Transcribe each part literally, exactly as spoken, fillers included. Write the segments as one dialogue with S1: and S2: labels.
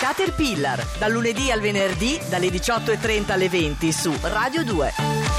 S1: Caterpillar, dal lunedì al venerdì dalle diciotto e trenta alle venti su Radio due.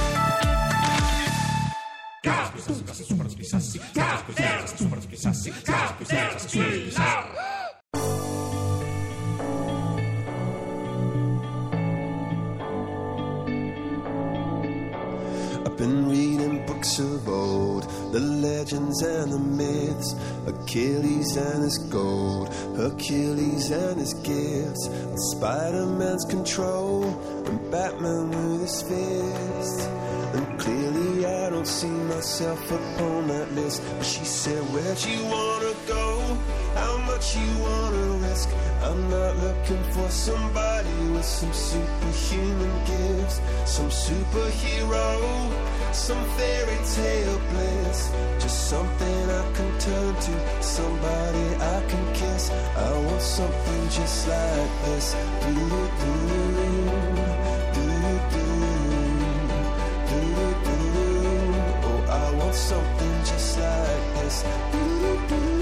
S2: I've been reading books of old, the legends and the myths, Achilles and his gold, Hercules and his gifts, and Spider-Man's control, and Batman with his fist. And clearly I don't see myself upon that list. But she said, where'd you wanna go? How much you wanna risk? I'm not looking for somebody with some superhuman gifts, some superhero, some fairy tale bliss. Just something I can turn to, somebody I can kiss. I want something just like this. Do-do-do, do-do-do, do-do-do. Oh, I want something just like this. Do-do-do.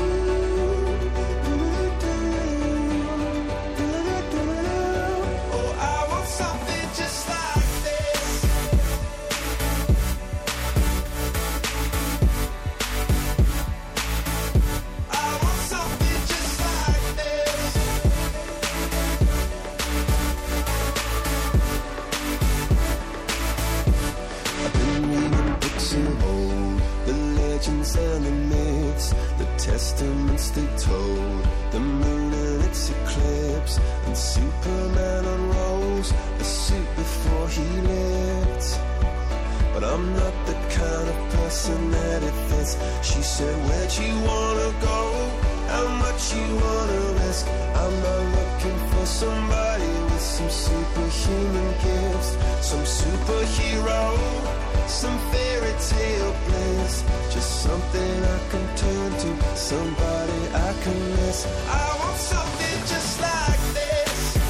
S2: And the myths, the testaments they told, the moon and its eclipse, and Superman unrolls a suit before he lived. But I'm not the kind of person that it fits. She said, where'd you wanna go? How much you wanna risk? I'm not looking for somebody with some superhuman gifts, some superhero, some fairy tale bliss. Just something I can turn to, somebody I can miss. I want something just like this.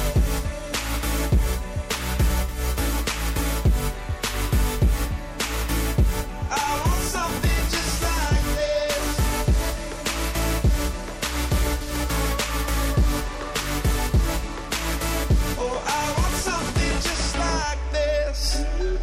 S2: I want something just like this. Oh, I want something just like this.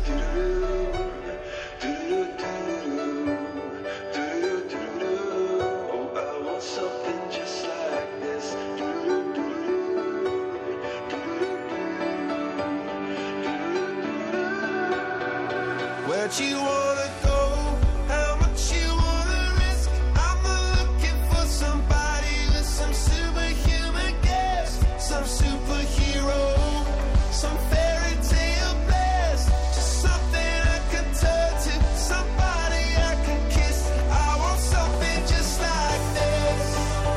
S2: Where'd you wanna go? How much you wanna risk? I'm not looking for somebody with some superhuman gifts, some superhero, some fairy tale bliss. Just something I can turn to, somebody I can kiss. I want something just like this.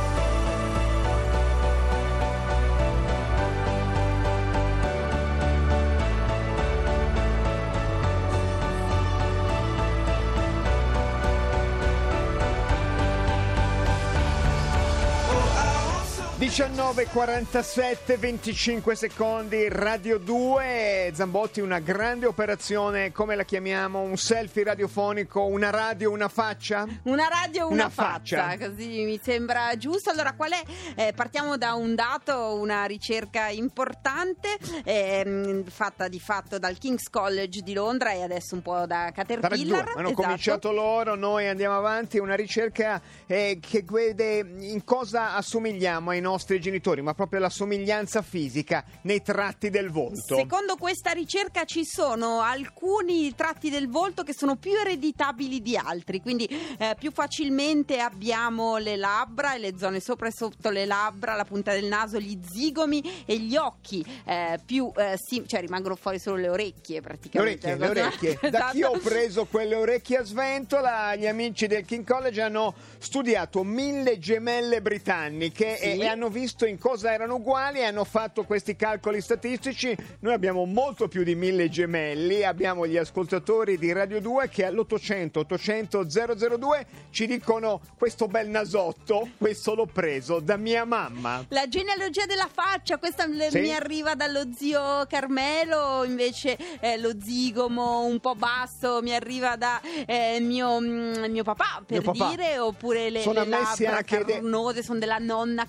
S3: diciannove e quarantasette, venticinque secondi, Radio due, Zambotti, una grande operazione, come la chiamiamo? Un selfie radiofonico, una radio, una faccia?
S4: Una radio, una,
S3: una
S4: faccia.
S3: faccia,
S4: così mi sembra giusto. Allora, qual è? Eh, partiamo da un dato, una ricerca importante eh, fatta di fatto dal King's College di Londra e adesso un po' da Caterpillar.
S3: Hanno
S4: esatto.
S3: cominciato loro, noi andiamo avanti, una ricerca eh, che vede in cosa assomigliamo ai nostri genitori, ma proprio la somiglianza fisica nei tratti del volto.
S4: Secondo questa ricerca ci sono alcuni tratti del volto che sono più ereditabili di altri, quindi eh, più facilmente abbiamo le labbra e le zone sopra e sotto le labbra, la punta del naso, gli zigomi e gli occhi eh, più eh, sì, cioè rimangono fuori solo le orecchie praticamente.
S3: Le orecchie, le orecchie.
S4: Esatto.
S3: Da chi ho preso quelle orecchie a sventola, gli amici del King College hanno studiato mille gemelle britanniche
S4: sì.
S3: e, e hanno visto in cosa erano uguali e hanno fatto questi calcoli statistici. Noi abbiamo molto più di mille gemelli, abbiamo gli ascoltatori di Radio due che all'ottocento ottocento zero zero due ci dicono: questo bel nasotto, questo l'ho preso da mia mamma.
S4: La genealogia della faccia, questa
S3: Sì.
S4: mi arriva dallo zio Carmelo, invece eh, lo zigomo un po' basso mi arriva da eh, mio, mio papà, per
S3: Mio papà.
S4: dire, oppure le,
S3: Sono
S4: le
S3: ammessi
S4: labbra
S3: anche de-
S4: carnose sono della nonna Carolina.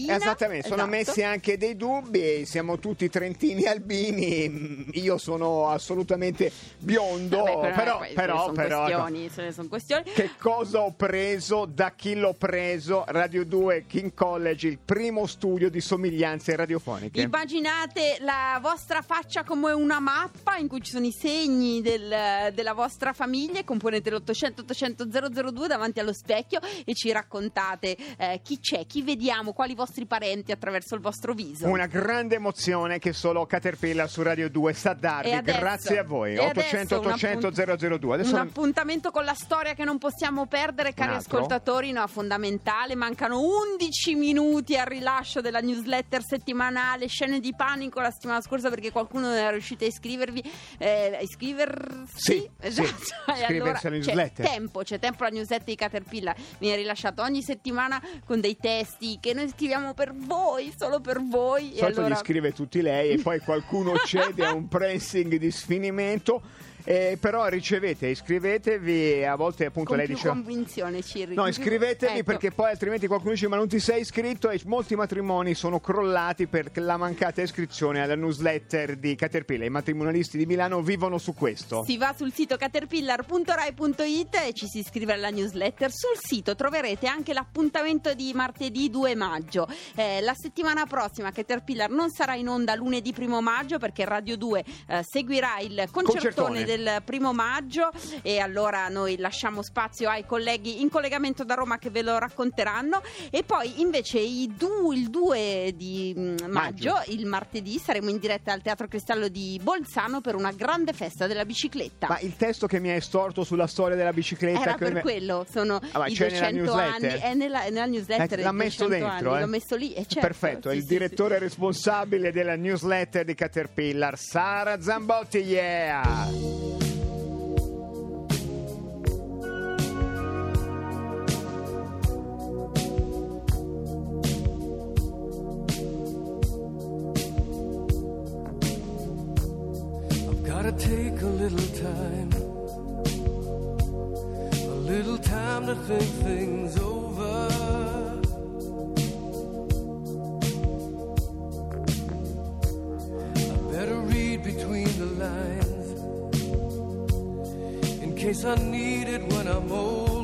S4: trentina.
S3: Esattamente, sono
S4: Esatto.
S3: messi anche dei dubbi, siamo tutti trentini albini, io sono assolutamente biondo,
S4: Vabbè,
S3: però,
S4: eh,
S3: però,
S4: sono
S3: però,
S4: questioni, se ne sono questioni.
S3: che cosa ho preso, da chi l'ho preso? Radio due King College, il primo studio di somiglianze radiofoniche.
S4: Immaginate la vostra faccia come una mappa in cui ci sono i segni del- della vostra famiglia, componete l'ottocento ottocento zero zero due davanti allo specchio e ci raccontate eh, chi c'è, chi vediamo, quali vostri parenti attraverso il vostro viso.
S3: Una grande emozione che solo Caterpillar su Radio due sa darvi,
S4: E adesso-
S3: grazie a voi.
S4: e
S3: ottocento
S4: adesso un
S3: ottocento
S4: appunt-
S3: zero zero due. Adesso
S4: Un appuntamento con la storia che non possiamo perdere, cari
S3: Un altro?
S4: ascoltatori, no, fondamentale. Mancano undici minuti al rilascio della newsletter settimanale Scene di panico la settimana scorsa perché qualcuno non era riuscito a iscrivervi eh, a iscriversi.
S3: Sì,
S4: esatto.
S3: sì,
S4: E
S3: iscriversi
S4: allora
S3: alla newsletter.
S4: c'è tempo, c'è tempo. La newsletter di Caterpillar viene rilasciata ogni settimana con dei testi che noi scriviamo per voi, solo per voi.
S3: Di
S4: E
S3: solito
S4: allora...
S3: li scrive tutti lei e poi qualcuno cede a un pressing di sfinimento. Eh, però ricevete, iscrivetevi e a volte appunto
S4: con
S3: lei
S4: più
S3: dice
S4: convinzione, Cirri.
S3: no, iscrivetevi
S4: Ecco.
S3: perché poi altrimenti qualcuno dice ma non ti sei iscritto, e molti matrimoni sono crollati per la mancata iscrizione alla newsletter di Caterpillar. I matrimonialisti di Milano vivono su questo.
S4: Si va sul sito caterpillar punto rai punto it e ci si iscrive alla newsletter. Sul sito troverete anche l'appuntamento di martedì due maggio. Eh, la settimana prossima Caterpillar non sarà in onda lunedì primo maggio perché Radio due eh, seguirà il concertone,
S3: Concertone.
S4: del primo maggio e allora noi lasciamo spazio ai colleghi in collegamento da Roma che ve lo racconteranno. E poi invece i du- il due di mm, maggio,
S3: Maggio.
S4: il martedì, saremo in diretta al Teatro Cristallo di Bolzano per una grande festa della bicicletta.
S3: Ma il testo che mi hai estorto sulla storia della bicicletta
S4: Era
S3: che
S4: per
S3: me-
S4: quello, sono
S3: Ah, ma
S4: i
S3: c'è nella
S4: duecento anni,
S3: newsletter?
S4: è nella, è nella newsletter
S3: Eh, l'ha
S4: i
S3: messo
S4: duecento
S3: dentro,
S4: anni,
S3: eh?
S4: l'ho messo lì, e certo,
S3: Perfetto, è
S4: sì,
S3: il
S4: sì,
S3: direttore responsabile della newsletter di Caterpillar, Sara Zambotti, yeah!
S5: Gotta take a little time, a little time to think things over. I better read between the lines, in case I need it when I'm older.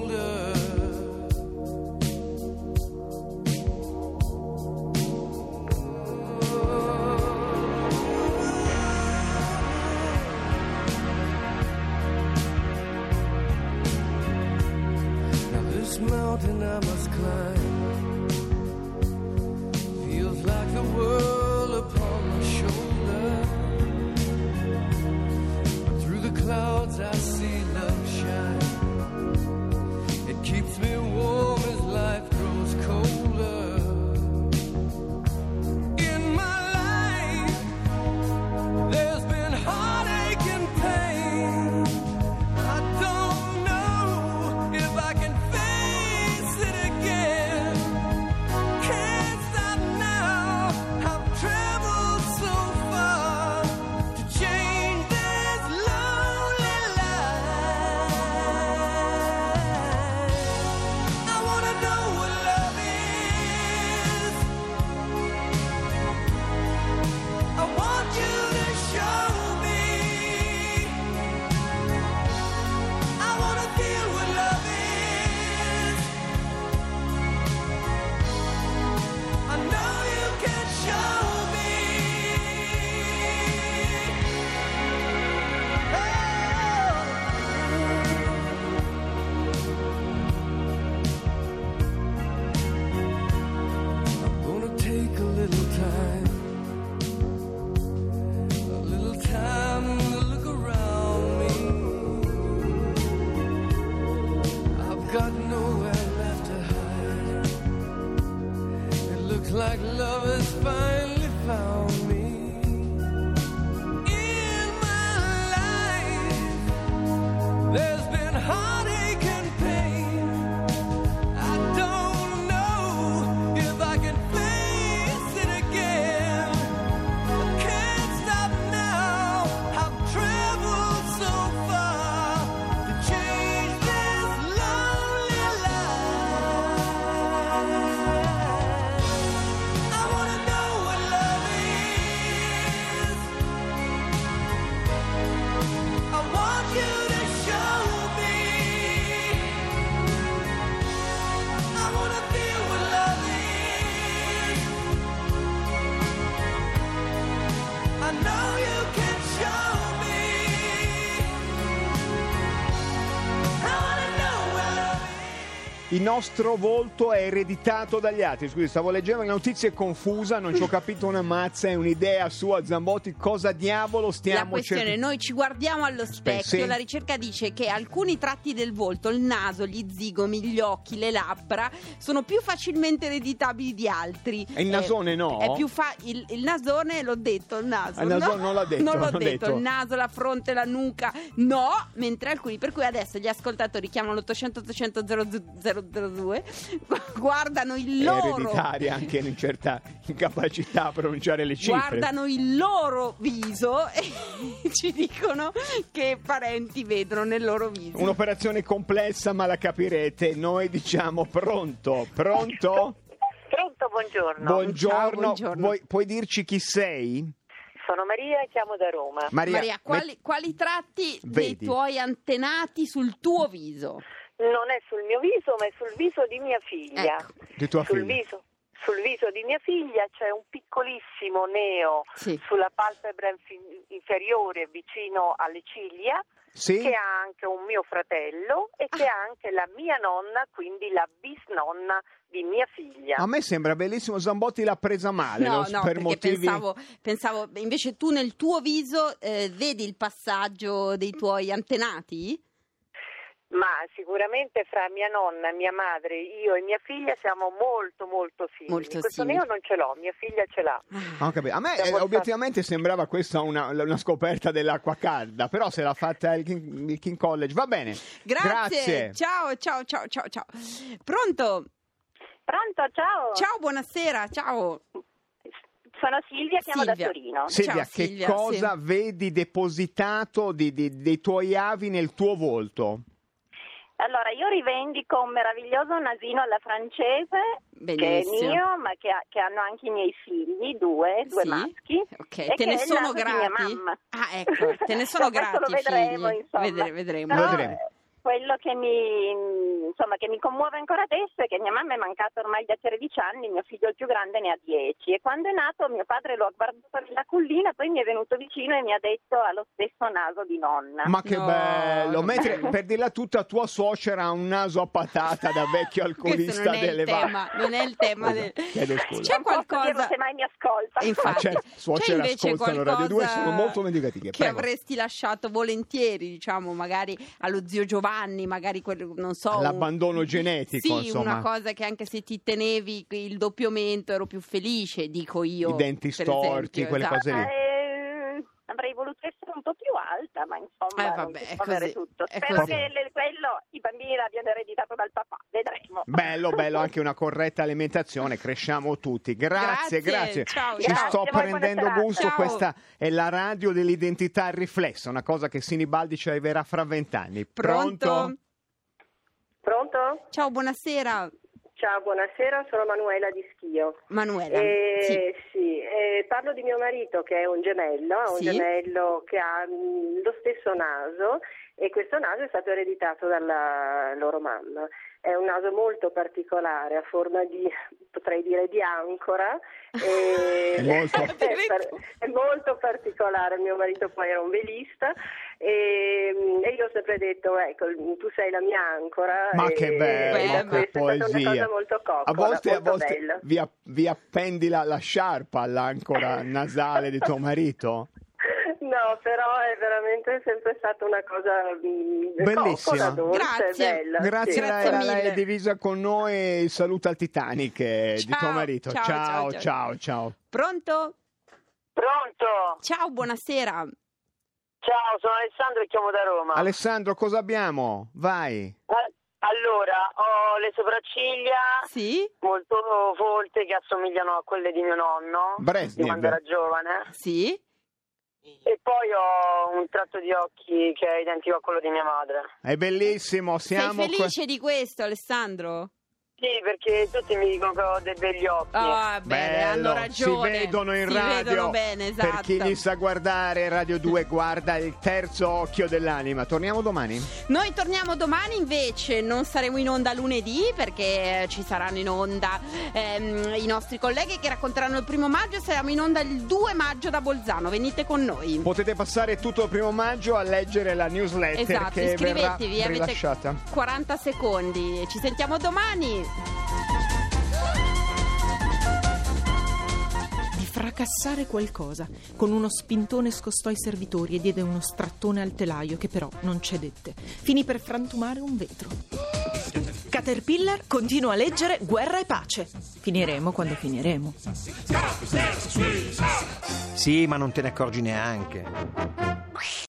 S5: This mountain I must climb feels like the world upon my shoulder. But through the clouds I see love shine.
S3: il nostro volto è ereditato dagli altri. Scusi, stavo leggendo la notizia, è confusa, non ci ho capito una mazza, è un'idea sua, Zambotti, cosa diavolo stiamo
S4: La questione,
S3: cercando?
S4: noi ci guardiamo allo specchio,
S3: sì.
S4: la ricerca dice che alcuni tratti del volto, il naso, gli zigomi, gli occhi, le labbra, sono più facilmente ereditabili di altri.
S3: E il nasone
S4: Eh,
S3: no?
S4: È più fa- il, il nasone, l'ho detto, il naso.
S3: Il nasone
S4: no?
S3: non l'ha detto,
S4: Non l'ho
S3: non
S4: detto,
S3: detto.
S4: il naso, la fronte, la nuca, no, mentre alcuni, per cui adesso gli ascoltatori chiamano l'ottocento ottocento zero zero zero due, guardano il
S3: È
S4: loro
S3: ereditaria anche in certa incapacità a pronunciare le cifre.
S4: guardano il loro viso e ci dicono che parenti vedono nel loro viso.
S3: Un'operazione complessa, ma la capirete. Noi diciamo pronto, pronto?
S6: Pronto, buongiorno.
S3: Buongiorno.
S4: Ciao, buongiorno.
S3: Vuoi- puoi dirci chi sei?
S6: Sono Maria e chiamo da Roma.
S3: Maria,
S4: Maria, quali, quali tratti
S3: Vedi.
S4: dei tuoi antenati sul tuo viso?
S6: Non è sul mio viso, ma è sul viso di mia figlia.
S4: Ecco.
S3: di tua
S6: sul,
S3: figlia.
S6: viso, sul viso di mia figlia c'è un piccolissimo neo
S4: Sì.
S6: sulla palpebra infi- inferiore vicino alle ciglia,
S3: Sì?
S6: che ha anche un mio fratello e che ha anche la mia nonna, quindi la bisnonna di mia figlia.
S3: A me sembra bellissimo, Zambotti l'ha presa male,
S4: No,
S3: lo-
S4: no,
S3: per
S4: perché
S3: motivi...
S4: pensavo, pensavo, invece tu nel tuo viso eh, vedi il passaggio dei tuoi antenati?
S6: Ma sicuramente fra mia nonna, mia madre, io e mia figlia siamo molto molto simili.
S4: Molto
S6: Questo
S4: simili.
S6: neo non ce l'ho, mia figlia ce l'ha.
S3: Ah, ho capito. A me
S6: Siamo
S3: eh, obiettivamente sembrava questa una, una scoperta dell'acqua calda, però se l'ha fatta il King, il King College, va bene.
S4: Grazie.
S3: Grazie.
S4: Ciao, ciao, ciao, ciao, ciao. Pronto?
S6: Pronto, ciao.
S4: Ciao, buonasera, ciao.
S6: Sono Silvia, chiamo
S4: Silvia.
S6: da Torino.
S3: Silvia,
S4: Ciao,
S3: che
S4: Silvia,
S3: cosa vedi depositato di- di- dei tuoi avi nel tuo volto?
S6: Allora, io rivendico un meraviglioso nasino alla francese,
S4: Benissimo.
S6: che è mio, ma che, ha- che hanno anche i miei figli, due, due
S4: Sì?
S6: maschi.
S4: Ok,
S6: e
S4: te
S6: che
S4: ne
S6: è il
S4: sono
S6: naso di mia
S4: grati?
S6: mamma.
S4: Ah, ecco, te ne sono
S6: No, questo
S4: grati
S6: lo vedremo,
S4: figli.
S6: insomma.
S4: Vedere- vedremo.
S6: Però,
S3: Vedremo.
S6: eh, quello che mi, insomma, che mi commuove ancora adesso è che mia mamma è mancata ormai da tredici anni, mio figlio il più grande ne ha dieci, e quando è nato mio padre lo ha guardato nella cullina, poi mi è venuto vicino e mi ha detto ha lo stesso naso di nonna.
S3: Ma che
S4: No,
S3: bello!
S4: no.
S3: Mentre per dirla tutta, tua suocera ha un naso a patata da vecchio
S4: Questo
S3: alcolista
S4: non è
S3: delle
S4: il tema, non è il tema del...
S3: Chiedo scusa.
S4: C'è
S6: Non posso dirlo
S4: qualcosa...
S6: se mai mi ascolta.
S4: Infatti,
S3: Ah, certo,
S4: c'è
S3: suocera
S4: invece
S3: ascoltano Radio due,
S4: qualcosa
S3: sono molto vendicativi.
S4: che
S3: Prego.
S4: avresti lasciato volentieri, diciamo, magari allo zio Giovanni, magari quel, non so, un-
S3: L'abbandono genetico,
S4: sì,
S3: insomma.
S4: una cosa che anche se ti tenevi il doppio mento ero più felice, dico io.
S3: I denti
S4: per
S3: storti,
S4: esempio,
S3: quelle
S4: esatto.
S3: cose lì.
S6: Eh, avrei voluto essere un po' più alta, ma insomma,
S4: Eh,
S6: non
S4: vabbè,
S6: si
S4: è
S6: può avere
S4: così,
S6: tutto.
S4: è
S6: Spero
S4: così.
S6: che le- quello i bambini l'abbiano ereditato dal papà, vedremo.
S3: Bello, bello, anche una corretta alimentazione, cresciamo tutti. Grazie,
S4: Grazie,
S3: grazie.
S4: ciao,
S3: Ci
S6: ciao.
S3: sto
S6: Grazie a voi,
S3: prendendo
S6: buona serata.
S3: gusto,
S4: Ciao.
S3: questa è la radio dell'identità riflessa, una cosa che Sinibaldi ci arriverà fra vent'anni.
S4: Pronto?
S7: Pronto?
S4: Ciao, buonasera.
S7: Ciao, buonasera, sono Manuela di Schio.
S4: Manuela.
S7: Eh,
S4: Sì.
S7: sì, eh, parlo di mio marito che è un gemello, è un
S4: Sì.
S7: gemello che ha mh, lo stesso naso e questo naso è stato ereditato dalla loro mamma. È un naso molto particolare, a forma di, potrei dire, di ancora. E
S3: È molto.
S7: è, par- è molto particolare, mio marito poi era un velista e, e io ho sempre detto, ecco, tu sei la mia ancora.
S3: Ma
S7: e,
S3: che bello,
S7: e da
S4: che
S7: questo è stata una
S3: poesia.
S7: cosa molto coccola,
S3: A volte, a
S7: molto
S3: volte
S7: bella.
S3: vi, app- vi appendi la, la sciarpa all'ancora nasale di tuo marito?
S7: No, però è veramente sempre stata una cosa mh,
S3: Bellissima.
S7: coccola, dolce,
S4: Grazie.
S7: bella.
S3: Grazie,
S7: sì.
S3: la,
S4: Grazie
S3: la- la-
S4: mille.
S3: è divisa con noi e il saluto al Titanic eh, di
S4: Ciao,
S3: tuo marito.
S4: ciao,
S3: Ciao,
S4: ciao,
S3: ciao,
S4: ciao.
S3: ciao.
S4: Pronto?
S6: Pronto?
S4: Ciao, buonasera.
S6: Ciao, sono Alessandro e chiamo da Roma.
S3: Alessandro, cosa abbiamo? Vai.
S6: A- Allora, ho le sopracciglia
S4: Sì?
S6: molto folte che assomigliano a quelle di mio nonno,
S3: Brezhnev.
S6: di quando era giovane.
S4: Sì?
S6: E poi ho un tratto di occhi che è identico a quello di mia madre.
S3: È bellissimo, siamo
S4: Sei
S3: qua-
S4: felice di questo, Alessandro?
S8: Sì, perché tutti mi dicono che ho dei begli occhi.
S4: Ah, bene,
S3: Bello,
S4: hanno ragione.
S3: si vedono in
S4: Si
S3: radio.
S4: vedono bene, esatto.
S3: Per chi li sa guardare, Radio due guarda il terzo occhio dell'anima. Torniamo domani?
S4: Noi torniamo domani, invece non saremo in onda lunedì perché ci saranno in onda ehm, i nostri colleghi che racconteranno il primo maggio. Saremo in onda il due maggio da Bolzano, venite con noi.
S3: Potete passare tutto il primo maggio a leggere la newsletter
S4: Esatto,
S3: che verrà
S4: iscrivetevi, avete
S3: rilasciata.
S4: quaranta secondi. Ci sentiamo domani.
S9: Di fracassare qualcosa. Con uno spintone scostò i servitori e diede uno strattone al telaio che però non cedette. Finì per frantumare un vetro. Caterpillar continua a leggere Guerra e pace. Finiremo quando finiremo.
S10: Sì, ma non te ne accorgi neanche.